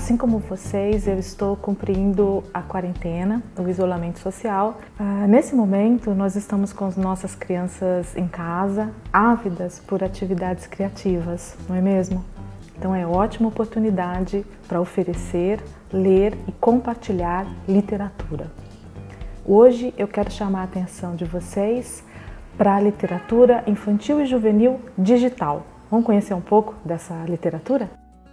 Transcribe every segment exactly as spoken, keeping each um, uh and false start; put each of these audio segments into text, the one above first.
Assim como vocês, eu estou cumprindo a quarentena, o isolamento social. Ah, nesse momento, nós estamos com as nossas crianças em casa, ávidas por atividades criativas, não é mesmo? Então é ótima oportunidade para oferecer, ler e compartilhar literatura. Hoje eu quero chamar a atenção de vocês para a literatura infantil e juvenil digital. Vamos conhecer um pouco dessa literatura?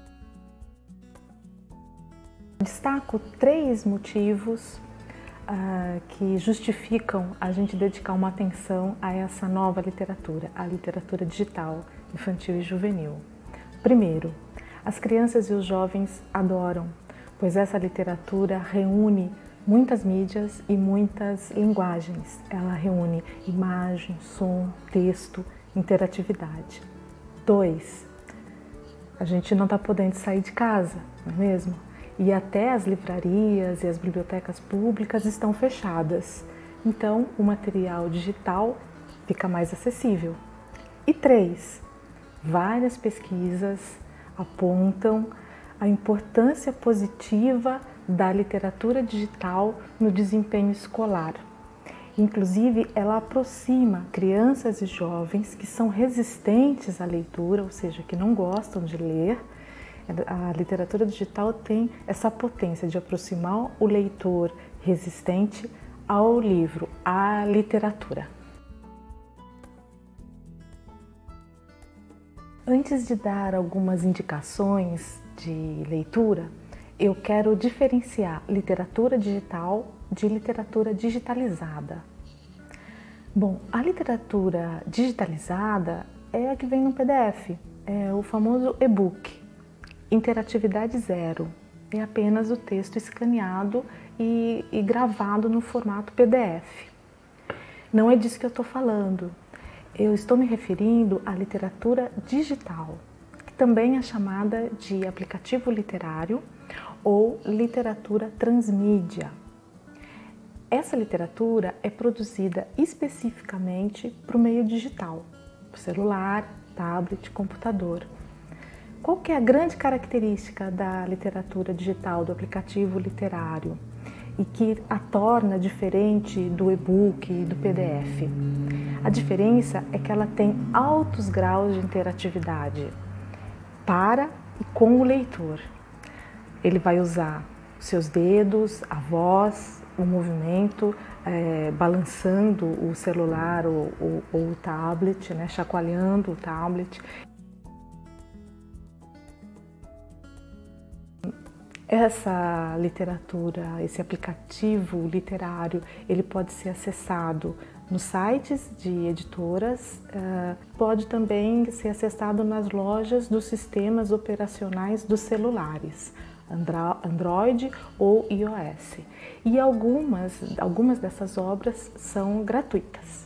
Destaco três motivos uh, que justificam a gente dedicar uma atenção a essa nova literatura, a literatura digital, infantil e juvenil. Primeiro, as crianças e os jovens adoram, pois essa literatura reúne muitas mídias e muitas linguagens. Ela reúne imagem, som, texto, interatividade. Dois, a gente não está podendo sair de casa, não é mesmo? E até as livrarias e as bibliotecas públicas estão fechadas. Então, o material digital fica mais acessível. E três, várias pesquisas apontam a importância positiva da literatura digital no desempenho escolar. Inclusive, ela aproxima crianças e jovens que são resistentes à leitura, ou seja, que não gostam de ler. A literatura digital tem essa potência de aproximar o leitor resistente ao livro, à literatura. Antes de dar algumas indicações de leitura, eu quero diferenciar literatura digital de literatura digitalizada. Bom, a literatura digitalizada é a que vem no P D F, é o famoso e-book. Interatividade zero, é apenas o texto escaneado e, e gravado no formato P D F. Não é disso que eu estou falando, eu estou me referindo à literatura digital, que também é chamada de aplicativo literário ou literatura transmídia. Essa literatura é produzida especificamente para o meio digital, celular, tablet, computador. Qual que é a grande característica da literatura digital, do aplicativo literário, e que a torna diferente do e-book e do P D F? A diferença é que ela tem altos graus de interatividade para e com o leitor. Ele vai usar seus dedos, a voz, o movimento, é, balançando o celular ou, ou, ou o tablet, né, chacoalhando o tablet. Essa literatura, esse aplicativo literário, ele pode ser acessado nos sites de editoras, pode também ser acessado nas lojas dos sistemas operacionais dos celulares, Android ou iOS. E algumas, algumas dessas obras são gratuitas.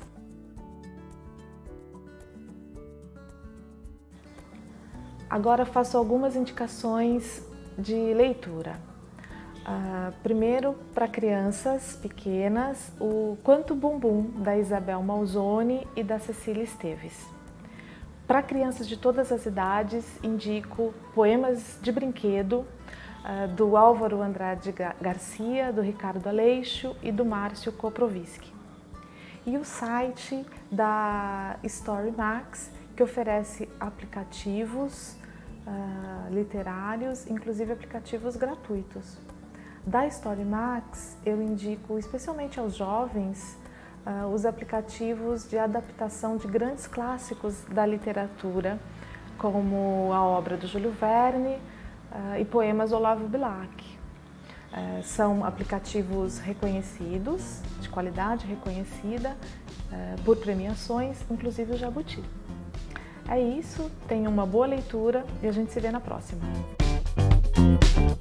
Agora faço algumas indicações de leitura. Uh, primeiro, para crianças pequenas, o Quanto Bumbum, da Isabel Malzone e da Cecília Esteves. Para crianças de todas as idades, indico Poemas de Brinquedo, uh, do Álvaro Andrade Garcia, do Ricardo Aleixo e do Márcio Koproviski. E o site da StoryMax, que oferece aplicativos Uh, literários, inclusive aplicativos gratuitos. Da StoryMax, eu indico especialmente aos jovens uh, os aplicativos de adaptação de grandes clássicos da literatura, como a obra do Júlio Verne uh, e poemas Olavo Bilac. Uh, são aplicativos reconhecidos, de qualidade reconhecida, uh, por premiações, inclusive o Jabuti. É isso, tenha uma boa leitura e a gente se vê na próxima.